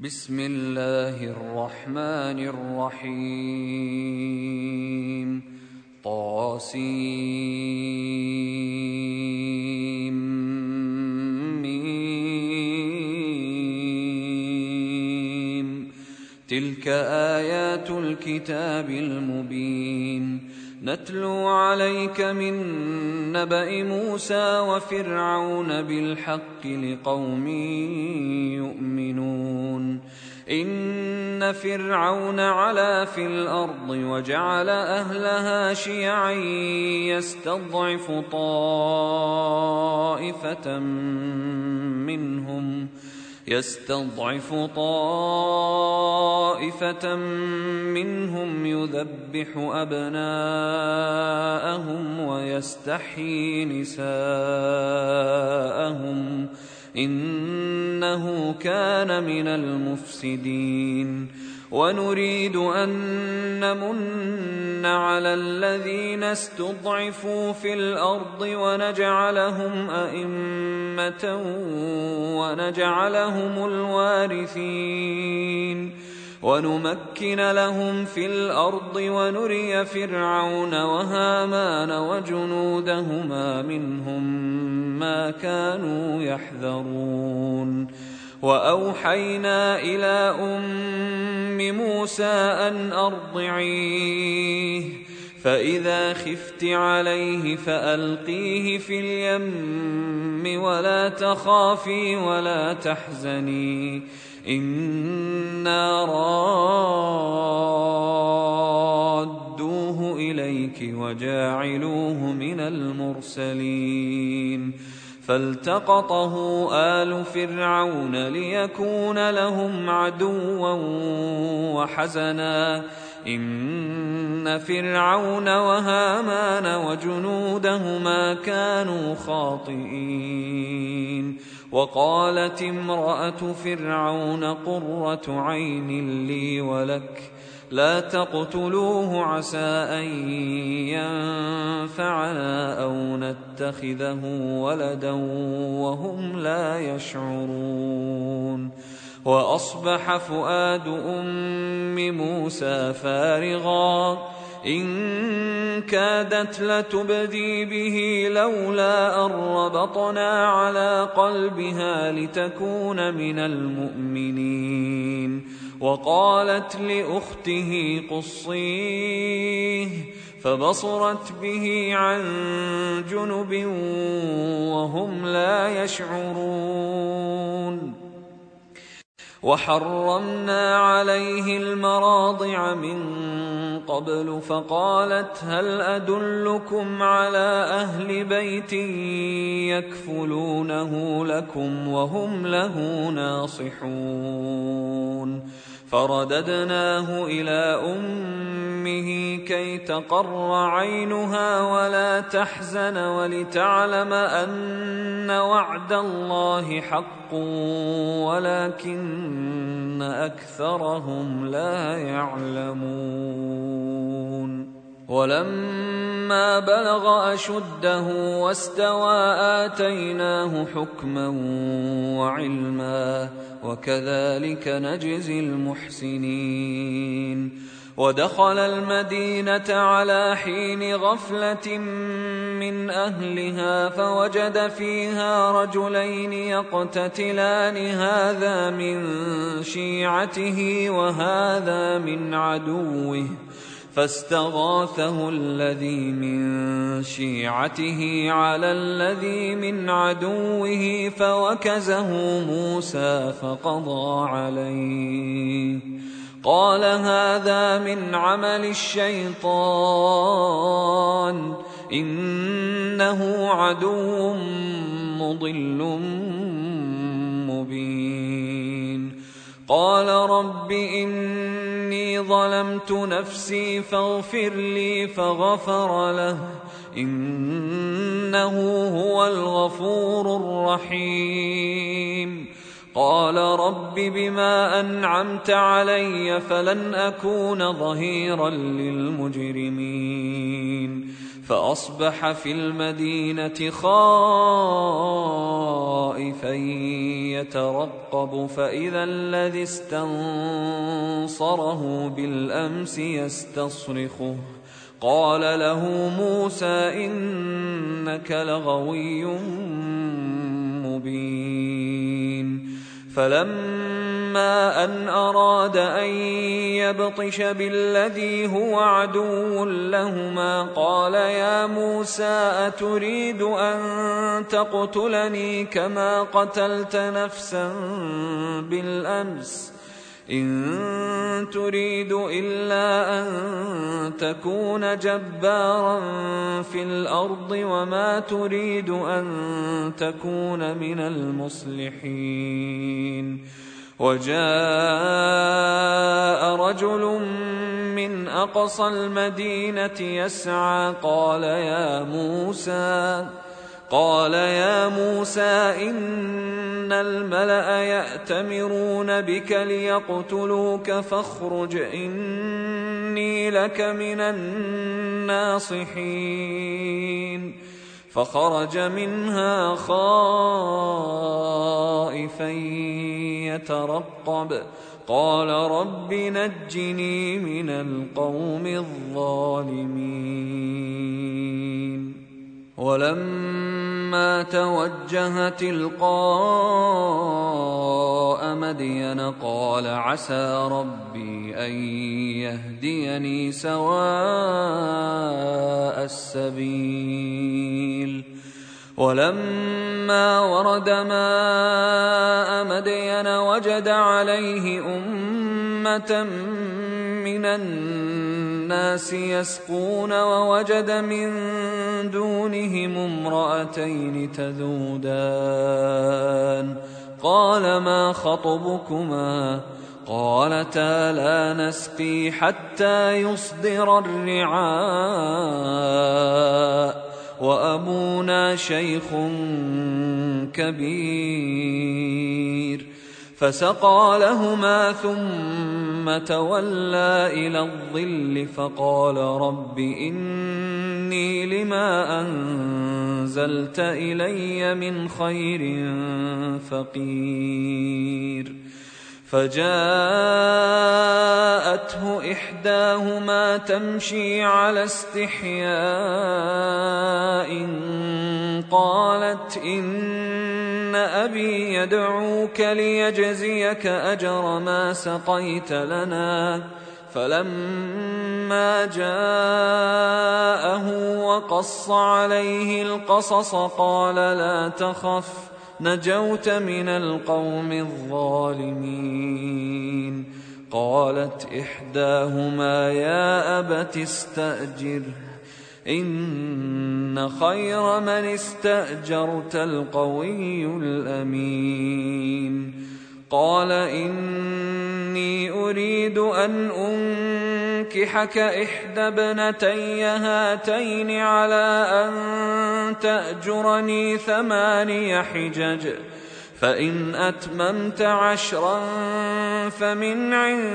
بسم الله الرحمن الرحيم طاسيم تلك آيات الكتاب المبين نتلو عليك من نبأ موسى وفرعون بالحق لقوم يؤمنون إن فرعون علا في الأرض وجعل أهلها شيعا يستضعف طائفة منهم يذبح أبناءهم ويستحيي نساءهم إنه كان من المفسدين ونريد أن نمن على الذين استضعفوا في الأرض ونجعلهم أئمة ونجعلهم الوارثين ونمكن لهم في الأرض ونري فرعون وهامان وجنودهما منهم ما كانوا يحذرون وأوحينا إلى أم موسى أن أرضعيه فإذا خفت عليه فألقيه في اليم ولا تخافي ولا تحزني إنا رادوه إليك وجاعلوه من المرسلين فالتقطه آل فرعون ليكون لهم عدوا وحزنا إن فرعون وهامان وجنودهما كانوا خاطئين وقالت امرأة فرعون قرة عين لي ولك لا تقتلوه عسى أن ينفعنا أو نتخذه ولدا وهم لا يشعرون وأصبح فؤاد أم موسى فارغا إن كادت لتبدي به لولا أن ربطنا على قلبها لتكون من المؤمنين وقالت لأخته قصيه فبصرت به عن جنب وهم لا يشعرون وحرمنا عليه المراضع من قبل فقالت هل أدلكم على أهل بيت يكفلونه لكم وهم له ناصحون فرددناه إلى أمه كي تقر عينها ولا تحزن ولتعلم أن وعد الله حق ولكن أكثرهم لا يعلمون ولما بلغ أشده واستوى آتيناه حكما وعلما وكذلك نجزي المحسنين ودخل المدينة على حين غفلة من أهلها فوجد فيها رجلين يقتتلان هذا من شيعته وهذا من عدوه فاستغاثه الذي من شيعته على الذي من عدوه فوكزه موسى فقضى عليه قال هذا من عمل الشيطان إنه عدو مضل مبين قال رب إني ظلمت نفسي فاغفر لي فغفر له إنه هو الغفور الرحيم قال رب بما أنعمت علي فلن أكون ظهيرا للمجرمين فأصبح في المدينة خائفا يترقب فإذا الذي استنصره بالأمس يستصرخه قال له موسى إنك لغوي مبين فلما أن أراد أن يبطش بالذي هو عدو لهما قال يا موسى أتريد أن تقتلني كما قتلت نفسا بالأمس إن تريد إلا أن تكون جبارا في الأرض وما تريد أن تكون من المصلحين وجاء رجل من أقصى المدينة يسعى قال يا موسى إن الملأ يأتمرون بك ليقتلوك فاخرج إني لك من الناصحين فخرج منها خائفا يترقب قال رب نجني من القوم الظالمين ولما توجه تلقاء مدين قال عسى ربي أن يهديني سواء السبيل ولما ورد ماء مدين وجد عليه أمة من الناس يسقون ووجد من دونهم امرأتين تذودان قال ما خطبكما قالتا لا نسقي حتى يصدر الرعاء وأبونا شيخ كبير فسقى لهما ثم تولى إلى الظل فقال رب إني لما أنزلت إلي من خير فقير فجاءته إحداهما تمشي على استحياء قالت إن أبي يدعوك ليجزيك أجر ما سقيت لنا فلما جاءه وقص عليه القصص قال لا تخف نجوت من القوم الظالمين قالت إحداهما يا أبت استأجره إن خير من استأجرت القوي الأمين قال إني أريد أن أنكحك إحدى ابنتي هاتين على أن تأجرني 8 حجج فإن أتممت 10 فمن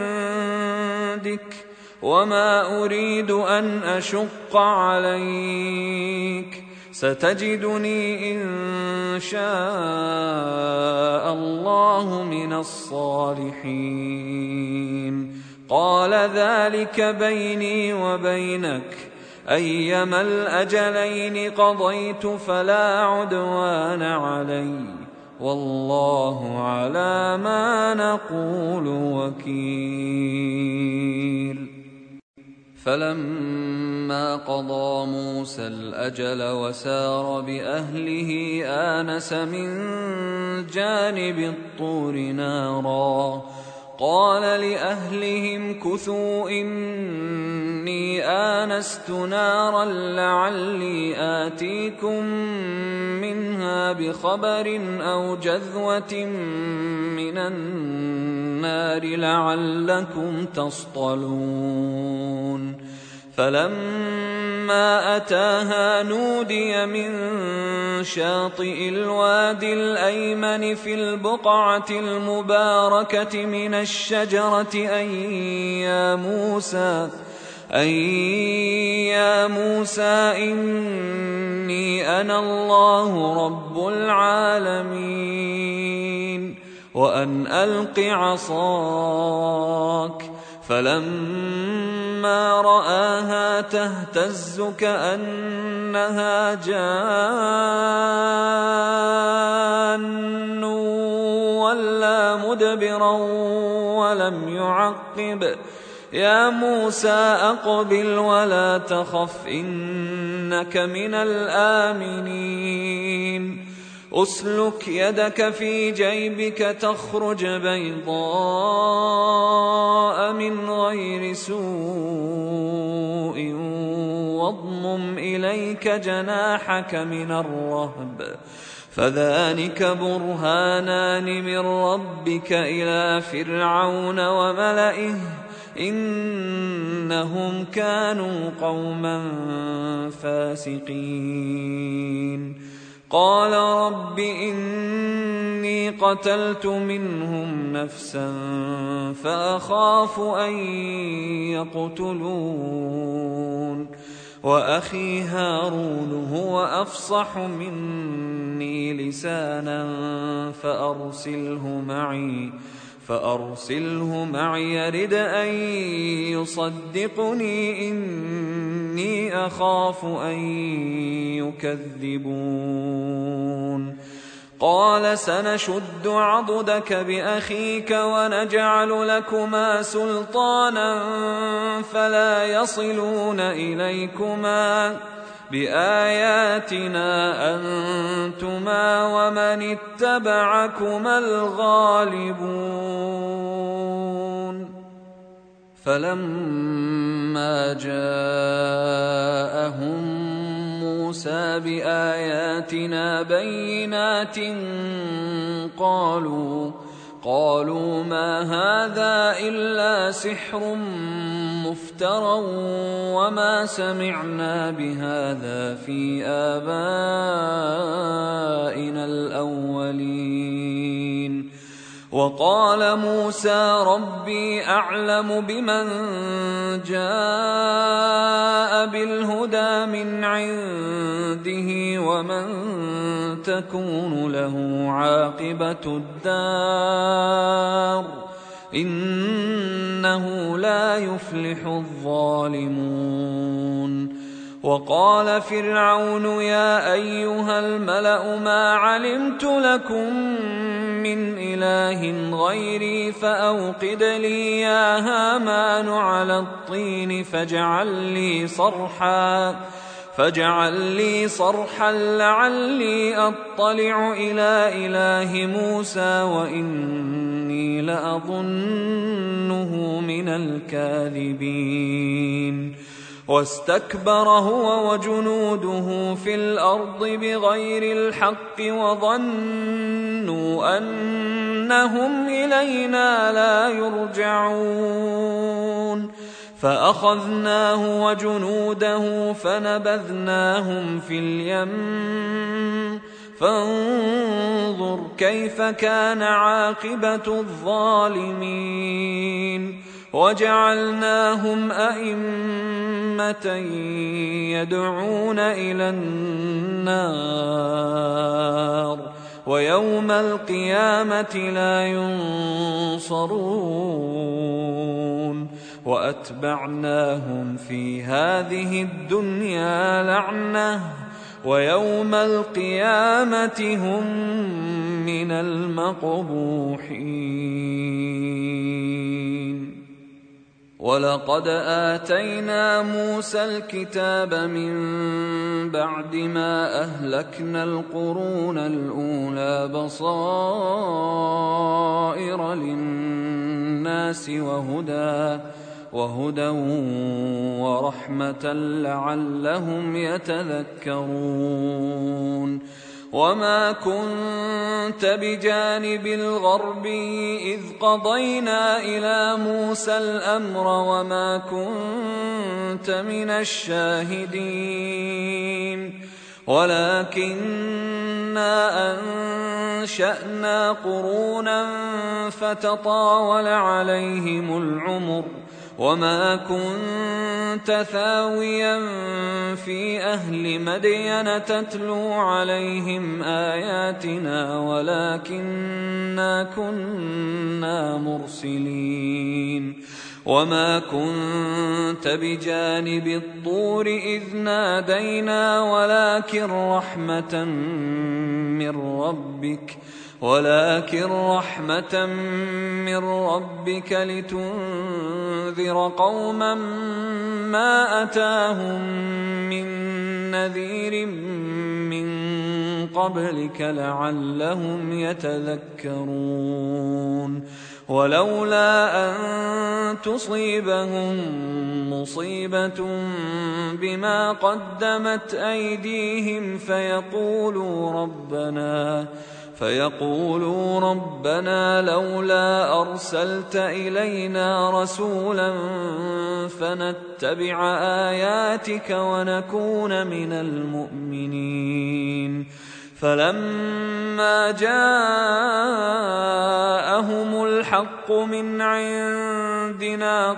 عندك وما أريد أن أشق عليك ستجدني إن شاء الله من الصالحين قال ذلك بيني وبينك أيما الأجلين قضيت فلا عدوان علي والله على ما نقول وكيل فلما قضى موسى الأجل وسار بأهله آنس من جانب الطور نارا قال لأهلهم كثوا إني آنست نارا لعلي آتيكم منها بخبر أو جذوة من النار لعلكم تصطلون فلما أتاها نودي من شاطئ الوادي الأيمن في البقعة المباركة من الشجرة أن أن يا موسى إني أنا الله رب العالمين وأن ألق عصاك. فلما رآها تهتز كأنها جان ولا مدبرا ولم يعقب. يا موسى أقبل ولا تخف إنك من الآمنين. أسلك يدك في جيبك تخرج بيضاء من غير سوء واضمم إليك جناحك من الرهب فذلك برهانان من ربك إلى فرعون وملئه إنهم كانوا قوما فاسقين. قال رب إني قتلت منهم نفسا فأخاف أن يقتلون وأخي هارون هو أفصح مني لسانا فأرسله معي يرد أن يصدقني إني أخاف أن يكذبون. قال سنشد عضدك بأخيك ونجعل لكما سلطانا فلا يصلون إليكما بآياتنا أنتما ومن اتبعكما الغالبون. فلما جاءهم موسى بآياتنا بينات قالوا ما هذا إلا سحر مفترى وما سمعنا بهذا في آبائنا الأولين. وقال موسى ربي أعلم بمن جاء بالهدى من عنده ومن تكون له عاقبة الدار إنه لا يفلح الظالمون. وقال فرعون يا أيها الملأ ما علمت لكم من إله غيري فأوقد لي يا هامان على الطين فاجعل لي صرحا لعلي أطلع إلى إله موسى وإني لأظنه من الكاذبين. واستكبر هو وجنوده في الأرض بغير الحق وظنوا أنهم إلينا لا يرجعون. فأخذناه وجنوده فنبذناهم في اليم فانظر كيف كان عاقبة الظالمين. وجعلناهم أئمة يدعون إلى النار ويوم القيامة لا ينصرون. وأتبعناهم في هذه الدنيا لعنة ويوم القيامة هم من المقبوحين. ولقد آتينا موسى الكتاب من بعد ما أهلكنا القرون الأولى بصائر للناس وهدى ورحمة لعلهم يتذكرون. وما كنت بجانب الغربي إذ قضينا إلى موسى الأمر وما كنت من الشاهدين ولكننا أنشأنا قرونا فتطاول عليهم العمر وما كنت كنت ثاويا في أهل مدين تتلو عليهم آياتنا ولكننا كنا مرسلين وما كنت بجانب الطور إذ نادينا ولكن رحمة من ربك لتنذر قوما ما أتاهم من نذير من قبلك لعلهم يتذكرون ولولا أن تصيبهم مصيبة بما قدمت أيديهم فيقولوا ربنا لولا أرسلت إلينا رسولا فنتبع آياتك ونكون من المؤمنين فلما جاءهم الحق من عندنا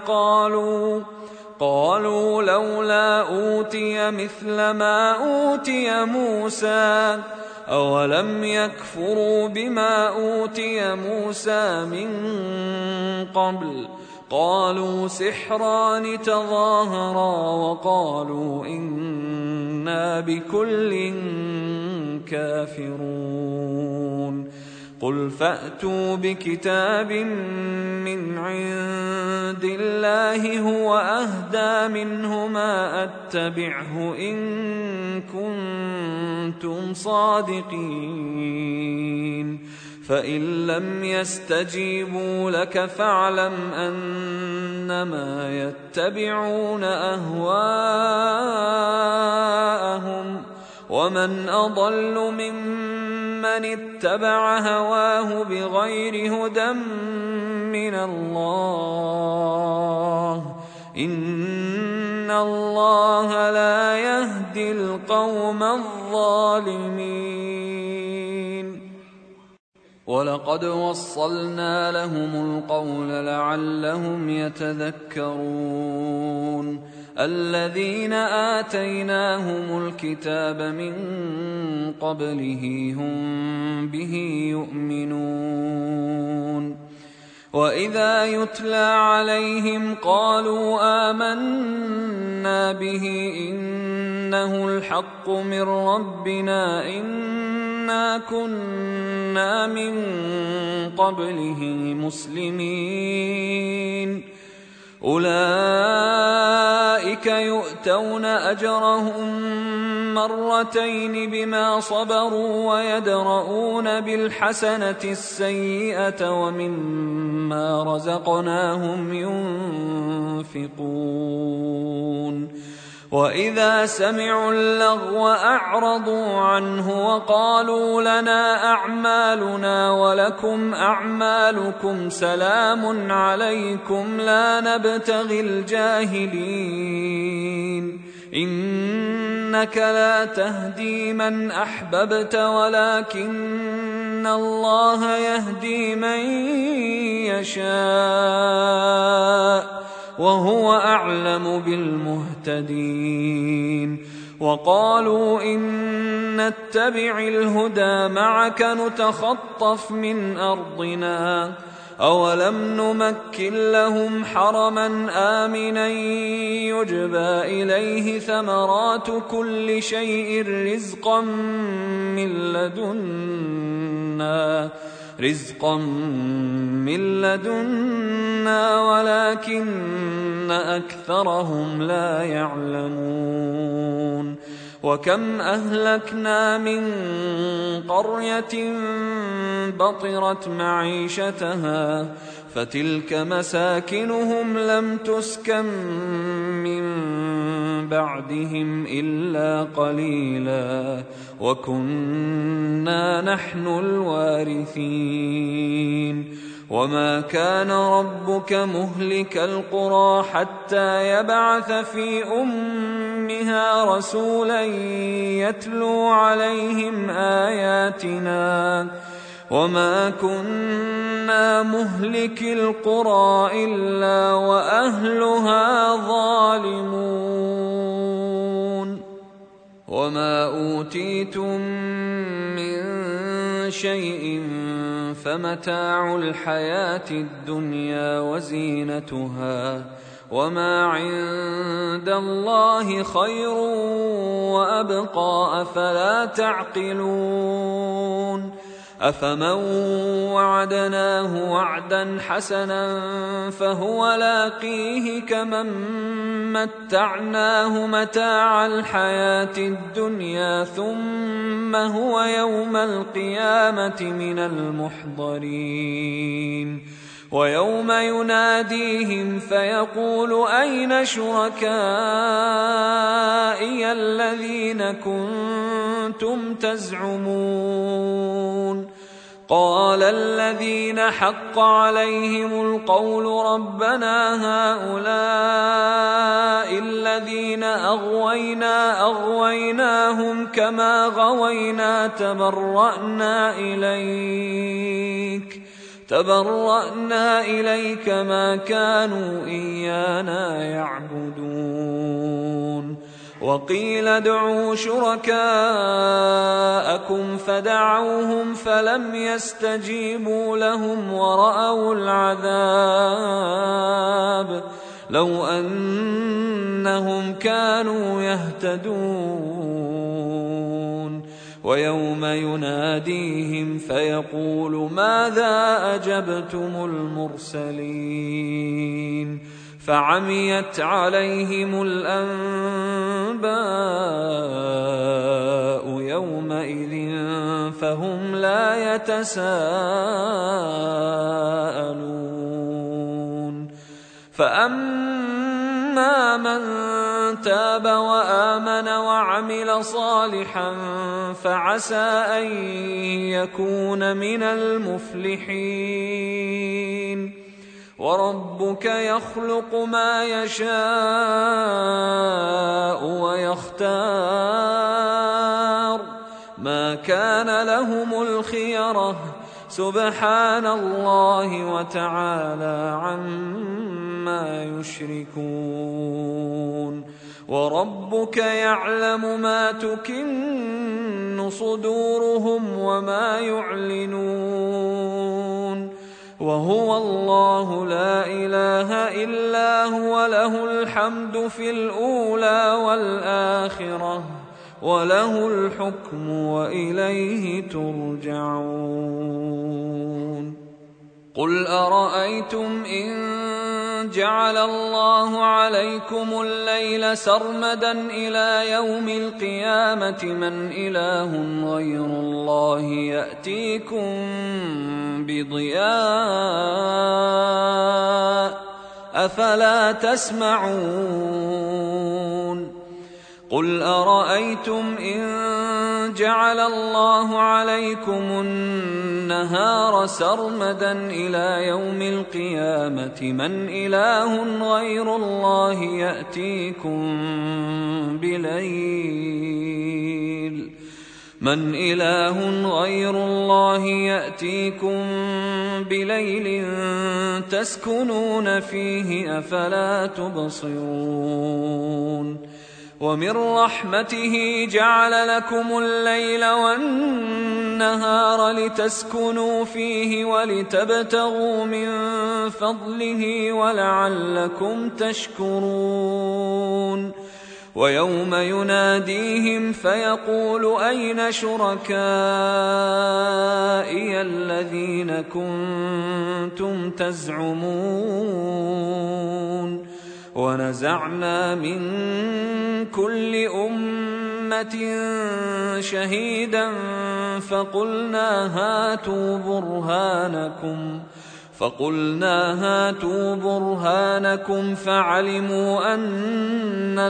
قالوا لولا أوتي مثل ما أوتي موسى أولم يكفروا بما أوتي موسى من قبل قالوا سحران تظاهرا وقالوا إنا بكل كافرون قل فأتوا بكتاب من عند الله هو أهدى منهما أتبعه إن كنتم صادقين فإن لم يستجيبوا لك فاعلم أنما يتبعون أهواءهم ومن أضل ممن اتبع هواه بغير هدى من الله إن الله لا يهدي القوم الظالمين ولقد وصلنا لهم القول لعلهم يتذكرون الذين آتيناهم الكتاب من قبله هم به يؤمنون وإذا يتلى عليهم قالوا آمنا به إنه الحق من ربنا إنا كنا من قبله مسلمين أولئك يؤتون أجرهم مرتين بما صبروا ويدرؤون بالحسنة السيئة ومما رزقناهم ينفقون وإذا سمعوا اللغو أعرضوا عنه وقالوا لنا أعمالنا ولكم أعمالكم سلام عليكم لا نبتغي الجاهلين إنك لا تهدي من أحببت ولكن الله يهدي من يشاء وهو أعلم بالمهتدين وقالوا إن نتبع الهدى معك نتخطف من أرضنا أولم نمكن لهم حرما آمنا يجبى إليه ثمرات كل شيء رزقا من لدنا ولكن أكثرهم لا يعلمون وكم أهلكنا من قرية بطرت معيشتها فتلك مساكنهم لم تسكن من بعدهم إلا قليلا وكنا نحن الوارثين وما كان ربك مهلك القرى حتى يبعث في أمها رسولا يتلو عليهم آياتنا وما كنا مهلك القرى إلا وأهلها ظالمون وما أوتيتم من شيء فمتاع الحياة الدنيا وزينتها وما عند الله خير وأبقى أفلا تعقلون أفمن وعدناه وعدا حسنا فهو لاقيه كمن متعناه متاع الحياة الدنيا ثم هو يوم القيامة من المحضرين ويوم يناديهم فيقول أين شركائي الذين كنتم تزعمون قال الذين حق عليهم القول ربنا هؤلاء الذين أغويناهم كما غوينا تبرأنا إليك ما كانوا إيانا يعبدون وقيل ادعوا شركاءكم فدعوهم فلم يستجيبوا لهم ورأوا العذاب لو أنهم كانوا يهتدون ويوم يناديهم فيقول ماذا أجبتم المرسلين فعميت عليهم الأنباء يومئذ فهم لا يتساءلون فأما من تاب وآمن وعمل صالحا فعسى أن يكون من المفلحين وربك يخلق ما يشاء ويختار ما كان لهم الخيرة سبحان الله وتعالى عما يشركون وربك يعلم ما تكن صدورهم وما يعلنون وهو الله لا إله إلا هو له الحمد في الأولى والآخرة وله الحكم وإليه ترجعون قل أرأيتم إن جعل الله عليكم الليل سرمدا إلى يوم القيامة من إله غير الله يأتيكم بضياء أفلا تسمعون قل أرأيتم إن جعل الله عليكم النهار سرمدا إلى يوم القيامة من إله غير الله يأتيكم بليل تسكنون فيه أفلا تبصرون ومن رحمته جعل لكم الليل والنهار لتسكنوا فيه ولتبتغوا من فضله ولعلكم تشكرون ويوم يناديهم فيقول أين شركائي الذين كنتم تزعمون ونزعنا من كل أمة شهيدا فقلنا هاتوا برهانكم فعلموا أن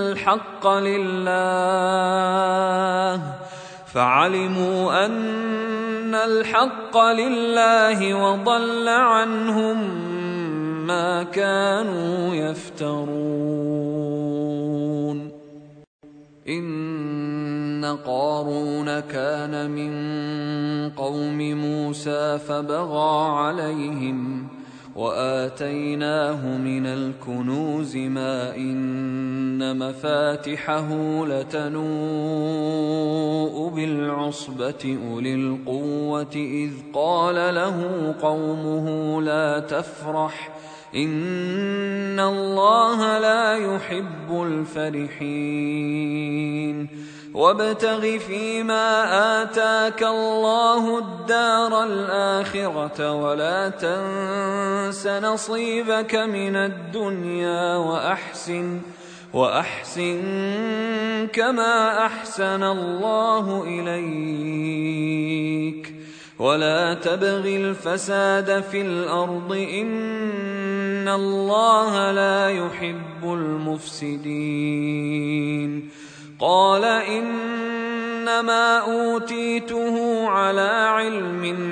الحق لله وضل عنهم ما كانوا يفترون إن قارون كان من قوم موسى فبغى عليهم وآتيناه من الكنوز ما إن مفاتحه لتنوء بالعصبة أولي القوة إذ قال له قومه لا تفرح إن الله لا يحب الفرحين وابتغ فيما آتاك الله الدار الآخرة ولا تنس نصيبك من الدنيا وأحسن كما أحسن الله إليك ولا تبغ الفساد في الأرض إن الله لا يحب المفسدين قال إنما أوتيته على علم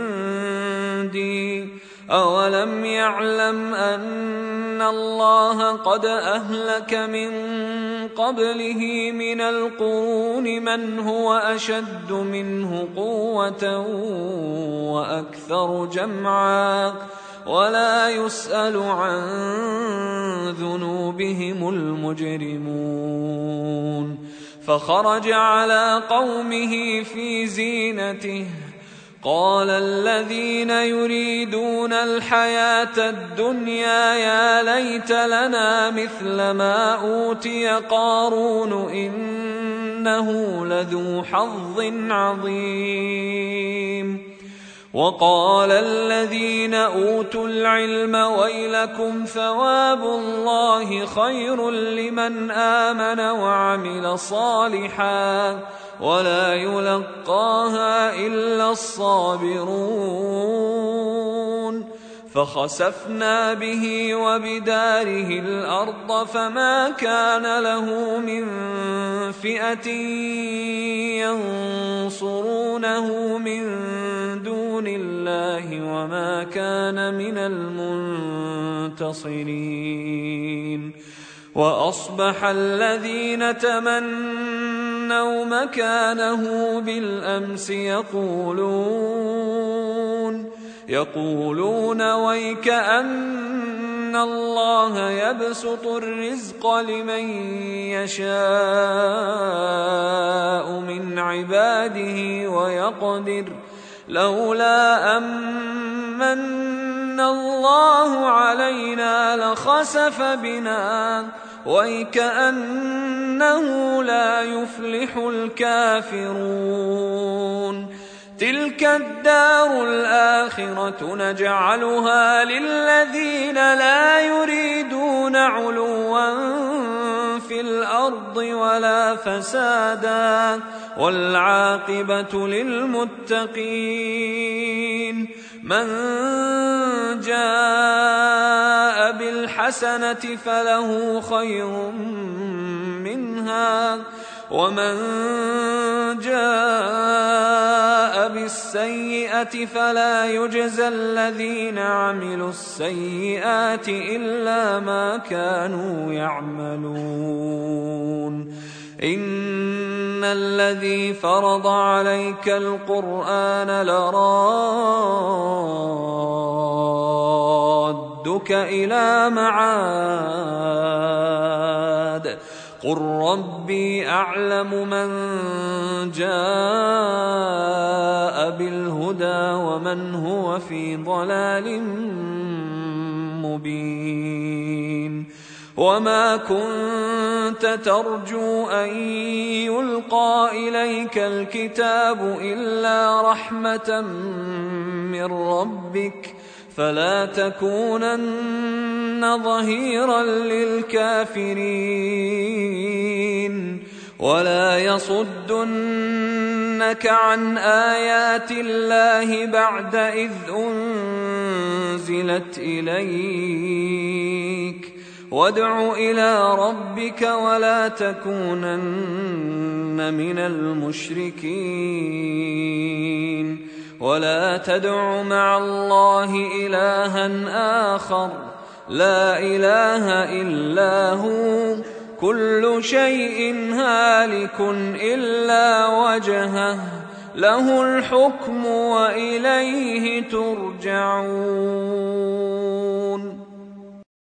عندي أولم يعلم أن الله قد أهلك من قبله من القرون من هو أشد منه قوة وأكثر جمعا ولا يسأل عن ذنوبهم المجرمون فخرج على قومه في زينته قال الذين يريدون الحياة الدنيا يا ليت لنا مثل ما أوتي قارون إنه لذو حظ عظيم وقال الذين أوتوا العلم ويلكم ثواب الله خير لمن آمن وعمل صالحا ولا يلقاها إلا الصابرون فخسفنا به وبداره الأرض فما كان له من فئة ينصرونه من دون الله وما كان من المنتصرين وأصبح الذين تمنوا مكانه بالأمس يقولون ويك أن الله يبسط الرزق لمن يشاء من عباده ويقدر لولا أمن الله علينا لخسف بنا ويكأنه لا يفلح الكافرون تلك الدار الآخرة نجعلها للذين لا يريدون علوا في الأرض ولا فسادا والعاقبة للمتقين من جاء بالحسنة فله خير منها ومن جاء بالسيئة فلا يجزى الذين عملوا السيئات إلا ما كانوا يعملون إن الذي فرض عليك القرآن لرادك إلى معاد قل ربي أعلم من جاء بالهدى ومن هو في ضلال مبين وما كنت ترجو أن يلقى إليك الكتاب إلا رحمة من ربك فلا تكونن ظهيرا للكافرين ولا يصدنك عن آيات الله بعد إذ أنزلت إليك وادع إلى ربك ولا تكونن من المشركين ولا تدع مع الله إلها آخر لا إله إلا هو كل شيء هالك إلا وجهه له الحكم وإليه ترجعون